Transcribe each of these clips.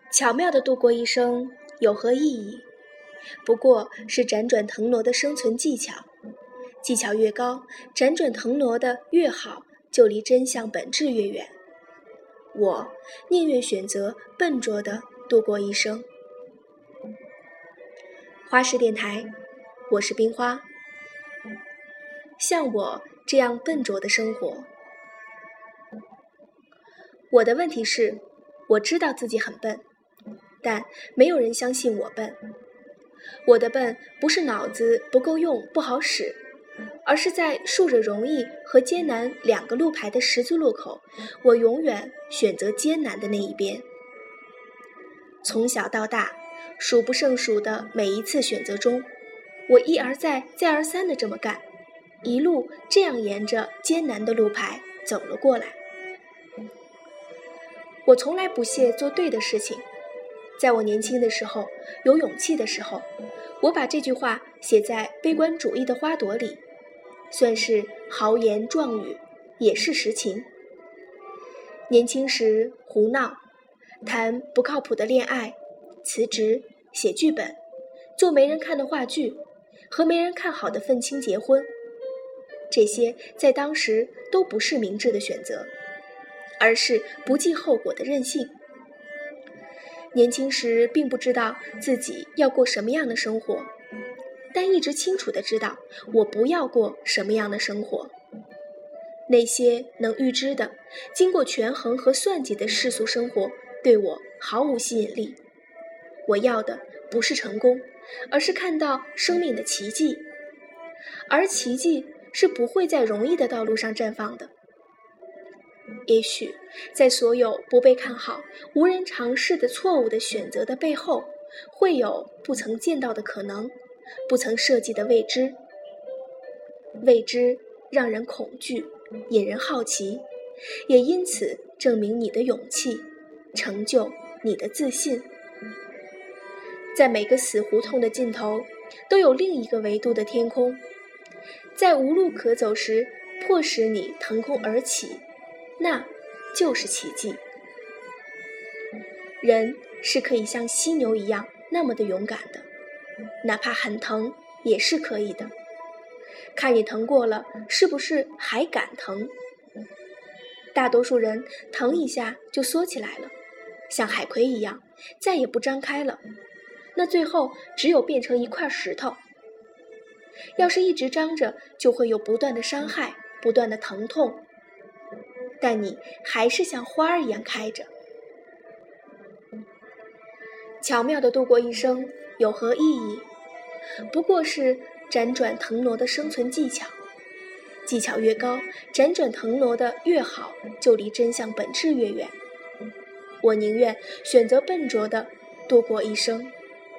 巧妙地度过一生有何意义？不过是辗转腾挪的生存技巧，技巧越高，辗转腾挪的越好，就离真相本质越远。我宁愿选择笨拙地度过一生。花式电台，我是冰花。像我这样笨拙的生活。我的问题是，我知道自己很笨，但没有人相信我笨。我的笨不是脑子不够用不好使，而是在竖着容易和艰难两个路牌的十字路口，我永远选择艰难的那一边。从小到大，数不胜数的每一次选择中，我一而再再而三的这么干，一路这样沿着艰难的路牌走了过来。我从来不屑做对的事情。在我年轻的时候，有勇气的时候，我把这句话写在悲观主义的花朵里，算是豪言壮语，也是实情。年轻时胡闹，谈不靠谱的恋爱，辞职，写剧本，做没人看的话剧，和没人看好的愤青结婚，这些在当时都不是明智的选择，而是不计后果的任性。年轻时并不知道自己要过什么样的生活，但一直清楚地知道我不要过什么样的生活。那些能预知的、经过权衡和算计的世俗生活对我毫无吸引力。我要的不是成功，而是看到生命的奇迹。而奇迹是不会在容易的道路上绽放的。也许在所有不被看好、无人尝试的错误的选择的背后，会有不曾见到的可能，不曾设计的未知。未知让人恐惧，引人好奇，也因此证明你的勇气，成就你的自信。在每个死胡同的尽头，都有另一个维度的天空，在无路可走时，迫使你腾空而起，那就是奇迹。人是可以像犀牛一样那么的勇敢的，哪怕很疼也是可以的。看你疼过了，是不是还敢疼？大多数人疼一下就缩起来了，像海葵一样再也不张开了，那最后只有变成一块石头。要是一直张着，就会有不断的伤害，不断的疼痛，但你还是像花儿一样开着。巧妙地度过一生有何意义？不过是辗转腾挪的生存技巧，技巧越高，辗转腾挪的越好，就离真相本质越远。我宁愿选择笨拙地度过一生。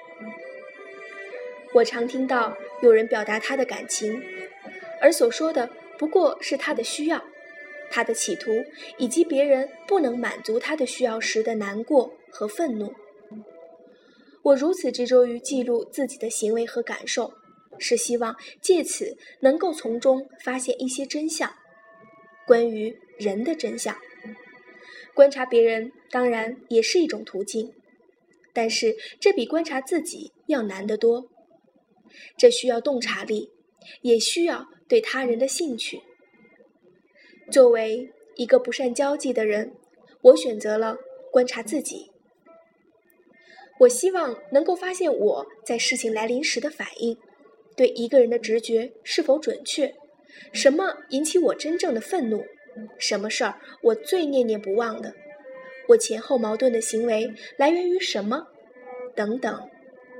我常听到有人表达他的感情，而所说的不过是他的需要，他的企图，以及别人不能满足他的需要时的难过和愤怒。我如此执着于记录自己的行为和感受，是希望借此能够从中发现一些真相，关于人的真相。观察别人当然也是一种途径，但是这比观察自己要难得多。这需要洞察力，也需要对他人的兴趣。作为一个不善交际的人，我选择了观察自己。我希望能够发现我在事情来临时的反应，对一个人的直觉是否准确，什么引起我真正的愤怒，什么事儿我最念念不忘的，我前后矛盾的行为来源于什么，等等。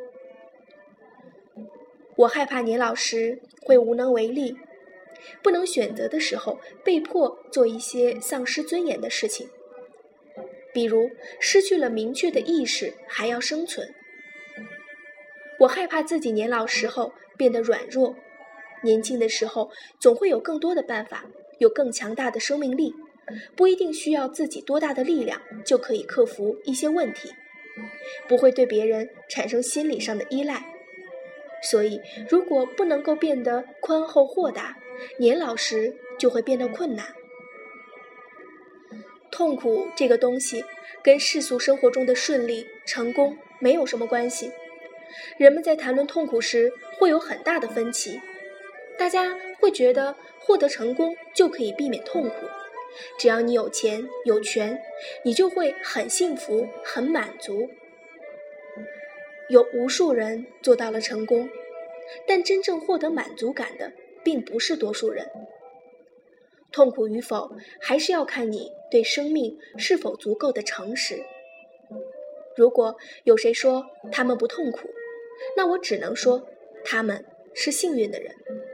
我害怕年老时会无能为力，不能选择的时候被迫做一些丧失尊严的事情，比如失去了明确的意识还要生存。我害怕自己年老时候变得软弱，年轻的时候总会有更多的办法，有更强大的生命力，不一定需要自己多大的力量就可以克服一些问题，不会对别人产生心理上的依赖。所以如果不能够变得宽厚豁达，年老时就会变得困难。 痛苦这个东西跟世俗生活中的顺利、成功没有什么关系。人们在谈论痛苦时会有很大的分歧，大家会觉得获得成功就可以避免痛苦，只要你有钱有权，你就会很幸福很满足。有无数人做到了成功，但真正获得满足感的并不是多数人。痛苦与否还是要看你对生命是否足够的诚实。如果有谁说他们不痛苦，那我只能说他们是幸运的人。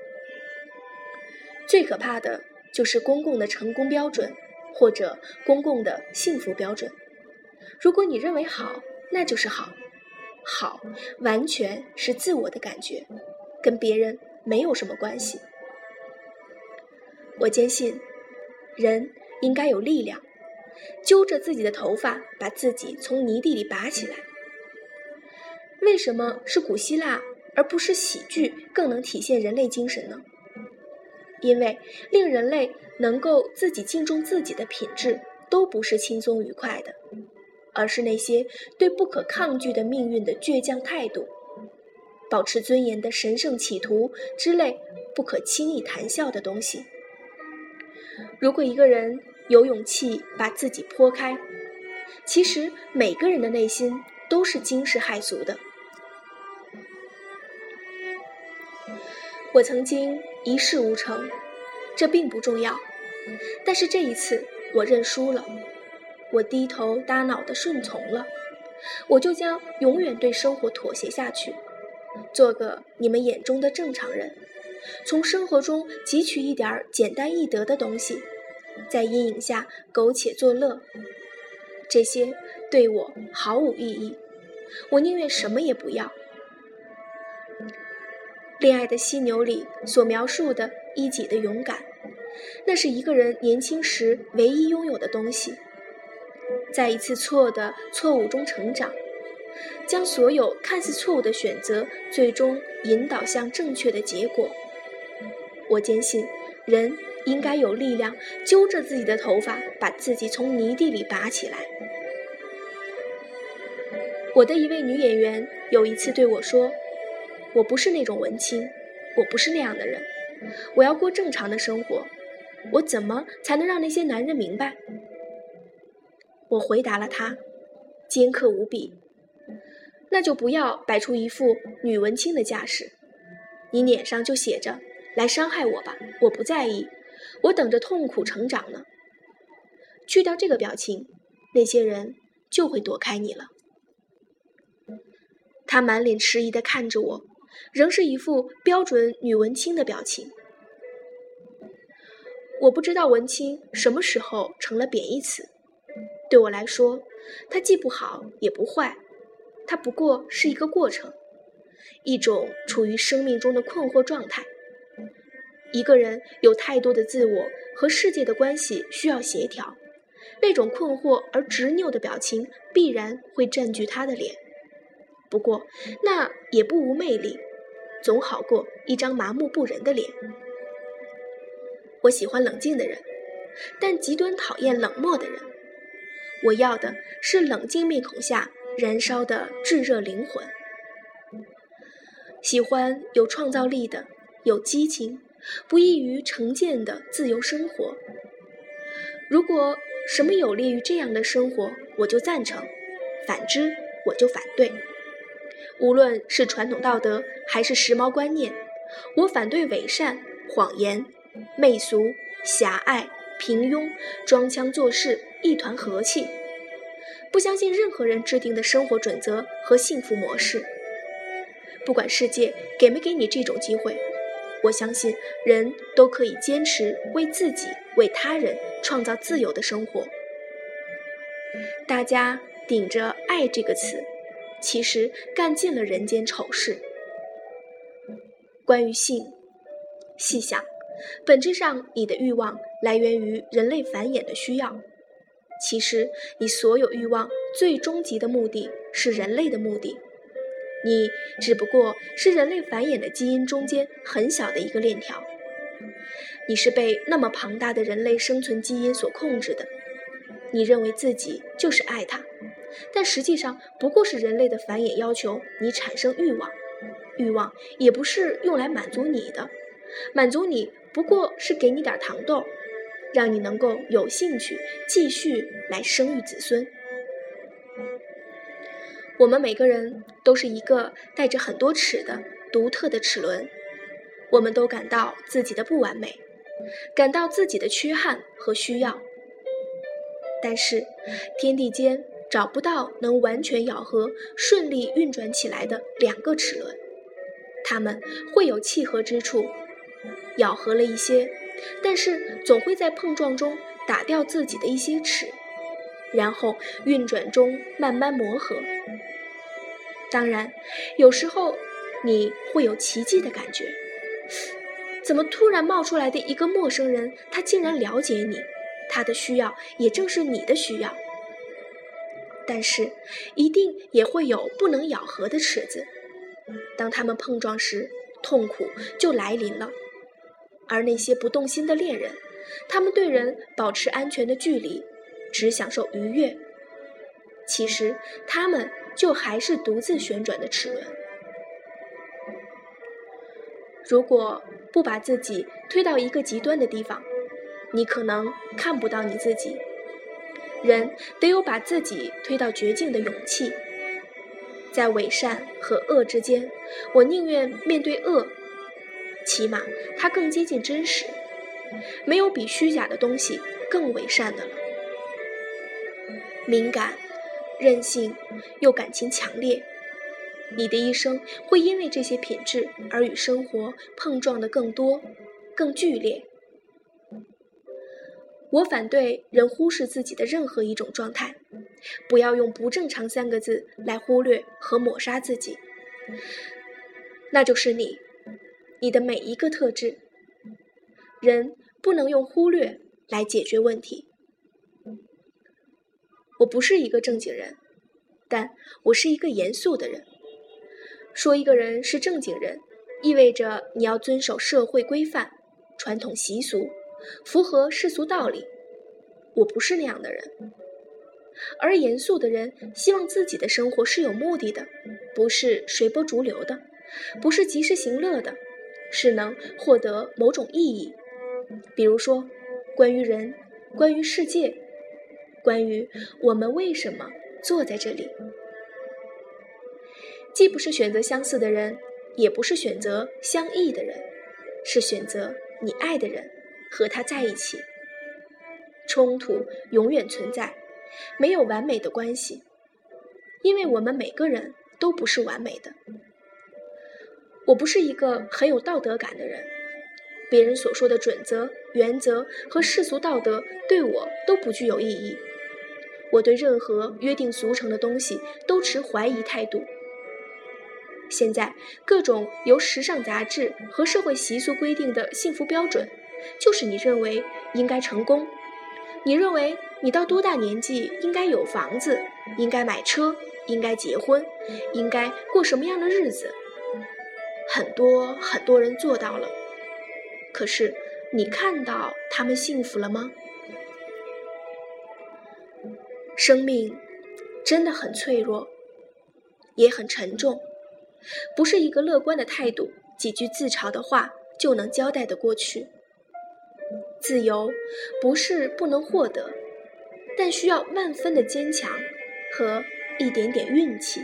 最可怕的就是公共的成功标准或者公共的幸福标准。如果你认为好，那就是好，好完全是自我的感觉，跟别人没有什么关系。我坚信人应该有力量，揪着自己的头发把自己从泥地里拔起来。为什么是古希腊而不是喜剧更能体现人类精神呢？因为令人类能够自己敬重自己的品质都不是轻松愉快的，而是那些对不可抗拒的命运的倔强态度，保持尊严的神圣企图之类不可轻易谈笑的东西。如果一个人有勇气把自己剖开，其实每个人的内心都是惊世骇俗的。我曾经一事无成，这并不重要，但是这一次我认输了，我低头耷脑地顺从了，我就将永远对生活妥协下去，做个你们眼中的正常人，从生活中汲取一点简单易得的东西，在阴影下苟且作乐。这些对我毫无意义，我宁愿什么也不要。恋爱的犀牛里所描述的一己的勇敢，那是一个人年轻时唯一拥有的东西。在一次错误中成长，将所有看似错误的选择最终引导向正确的结果。我坚信人应该有力量揪着自己的头发把自己从泥地里拔起来。我的一位女演员有一次对我说，我不是那种文青，我不是那样的人，我要过正常的生活，我怎么才能让那些男人明白？我回答了他，尖刻无比，那就不要摆出一副女文青的架势，你脸上就写着来伤害我吧，我不在意，我等着痛苦成长呢。去掉这个表情，那些人就会躲开你了。他满脸迟疑地看着我，仍是一副标准女文青的表情。我不知道文青什么时候成了贬义词，对我来说，它既不好也不坏，它不过是一个过程，一种处于生命中的困惑状态。一个人有太多的自我和世界的关系需要协调，那种困惑而执拗的表情必然会占据他的脸。不过那也不无魅力，总好过一张麻木不仁的脸。我喜欢冷静的人，但极端讨厌冷漠的人。我要的是冷静面孔下燃烧的炙热灵魂。喜欢有创造力的，有激情，不异于成见的自由生活。如果什么有利于这样的生活，我就赞成；反之，我就反对。无论是传统道德还是时髦观念，我反对伪善、谎言、媚俗、狭隘、平庸、装腔作势、一团和气。不相信任何人制定的生活准则和幸福模式。不管世界给没给你这种机会，我相信人都可以坚持为自己、为他人创造自由的生活。大家顶着爱这个词，其实干尽了人间丑事。关于性，细想，本质上你的欲望来源于人类繁衍的需要。其实你所有欲望最终极的目的是人类的目的，你只不过是人类繁衍的基因中间很小的一个链条，你是被那么庞大的人类生存基因所控制的。 你认为自己就是爱他，但实际上不过是人类的繁衍要求你产生欲望，欲望也不是用来满足你的，满足你不过是给你点糖豆，让你能够有兴趣继续来生育子孙。我们每个人都是一个带着很多齿的独特的齿轮，我们都感到自己的不完美，感到自己的缺憾和需要，但是天地间找不到能完全咬合顺利运转起来的两个齿轮，它们会有契合之处，咬合了一些，但是总会在碰撞中打掉自己的一些齿，然后运转中慢慢磨合。当然，有时候你会有奇迹的感觉，怎么突然冒出来的一个陌生人，他竟然了解你，他的需要也正是你的需要。但是一定也会有不能咬合的齿子，当他们碰撞时，痛苦就来临了。而那些不动心的恋人，他们对人保持安全的距离，只享受愉悦，其实他们就还是独自旋转的齿轮。如果不把自己推到一个极端的地方，你可能看不到你自己。人得有把自己推到绝境的勇气。在伪善和恶之间，我宁愿面对恶，起码它更接近真实。没有比虚假的东西更伪善的了。敏感、任性又感情强烈，你的一生会因为这些品质而与生活碰撞得更多、更剧烈。我反对人忽视自己的任何一种状态，不要用不正常3个字来忽略和抹杀自己。那就是你的每一个特质。人不能用忽略来解决问题。我不是一个正经人，但我是一个严肃的人。说一个人是正经人，意味着你要遵守社会规范、传统习俗，符合世俗道理。我不是那样的人。而严肃的人希望自己的生活是有目的的，不是随波逐流的，不是及时行乐的，是能获得某种意义。比如说，关于人，关于世界，关于我们为什么坐在这里。既不是选择相似的人，也不是选择相异的人，是选择你爱的人，和他在一起。冲突永远存在，没有完美的关系，因为我们每个人都不是完美的。我不是一个很有道德感的人，别人所说的准则、原则和世俗道德对我都不具有意义。我对任何约定俗成的东西都持怀疑态度。现在各种由时尚杂志和社会习俗规定的幸福标准，就是你认为应该成功，你认为你到多大年纪应该有房子，应该买车，应该结婚，应该过什么样的日子。很多人做到了，可是你看到他们幸福了吗？生命真的很脆弱，也很沉重，不是一个乐观的态度，几句自嘲的话就能交代得过去。自由不是不能获得，但需要万分的坚强和一点点运气。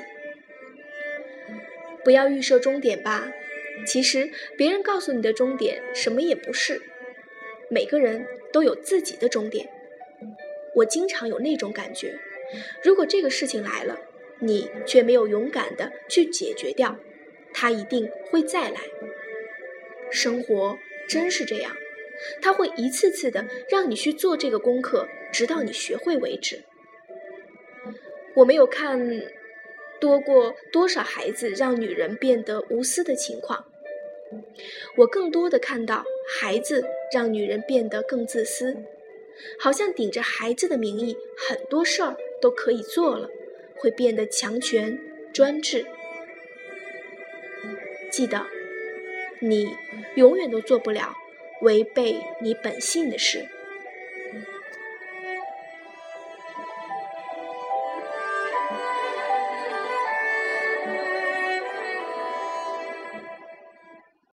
不要预设终点吧，其实别人告诉你的终点什么也不是，每个人都有自己的终点。我经常有那种感觉，如果这个事情来了，你却没有勇敢地去解决掉，它一定会再来。生活真是这样，它会一次次的让你去做这个功课，直到你学会为止。我没有看多过多少孩子让女人变得无私的情况，我更多的看到孩子让女人变得更自私，好像顶着孩子的名义，很多事儿都可以做了，会变得强权专制。记得，你永远都做不了违背你本性的事。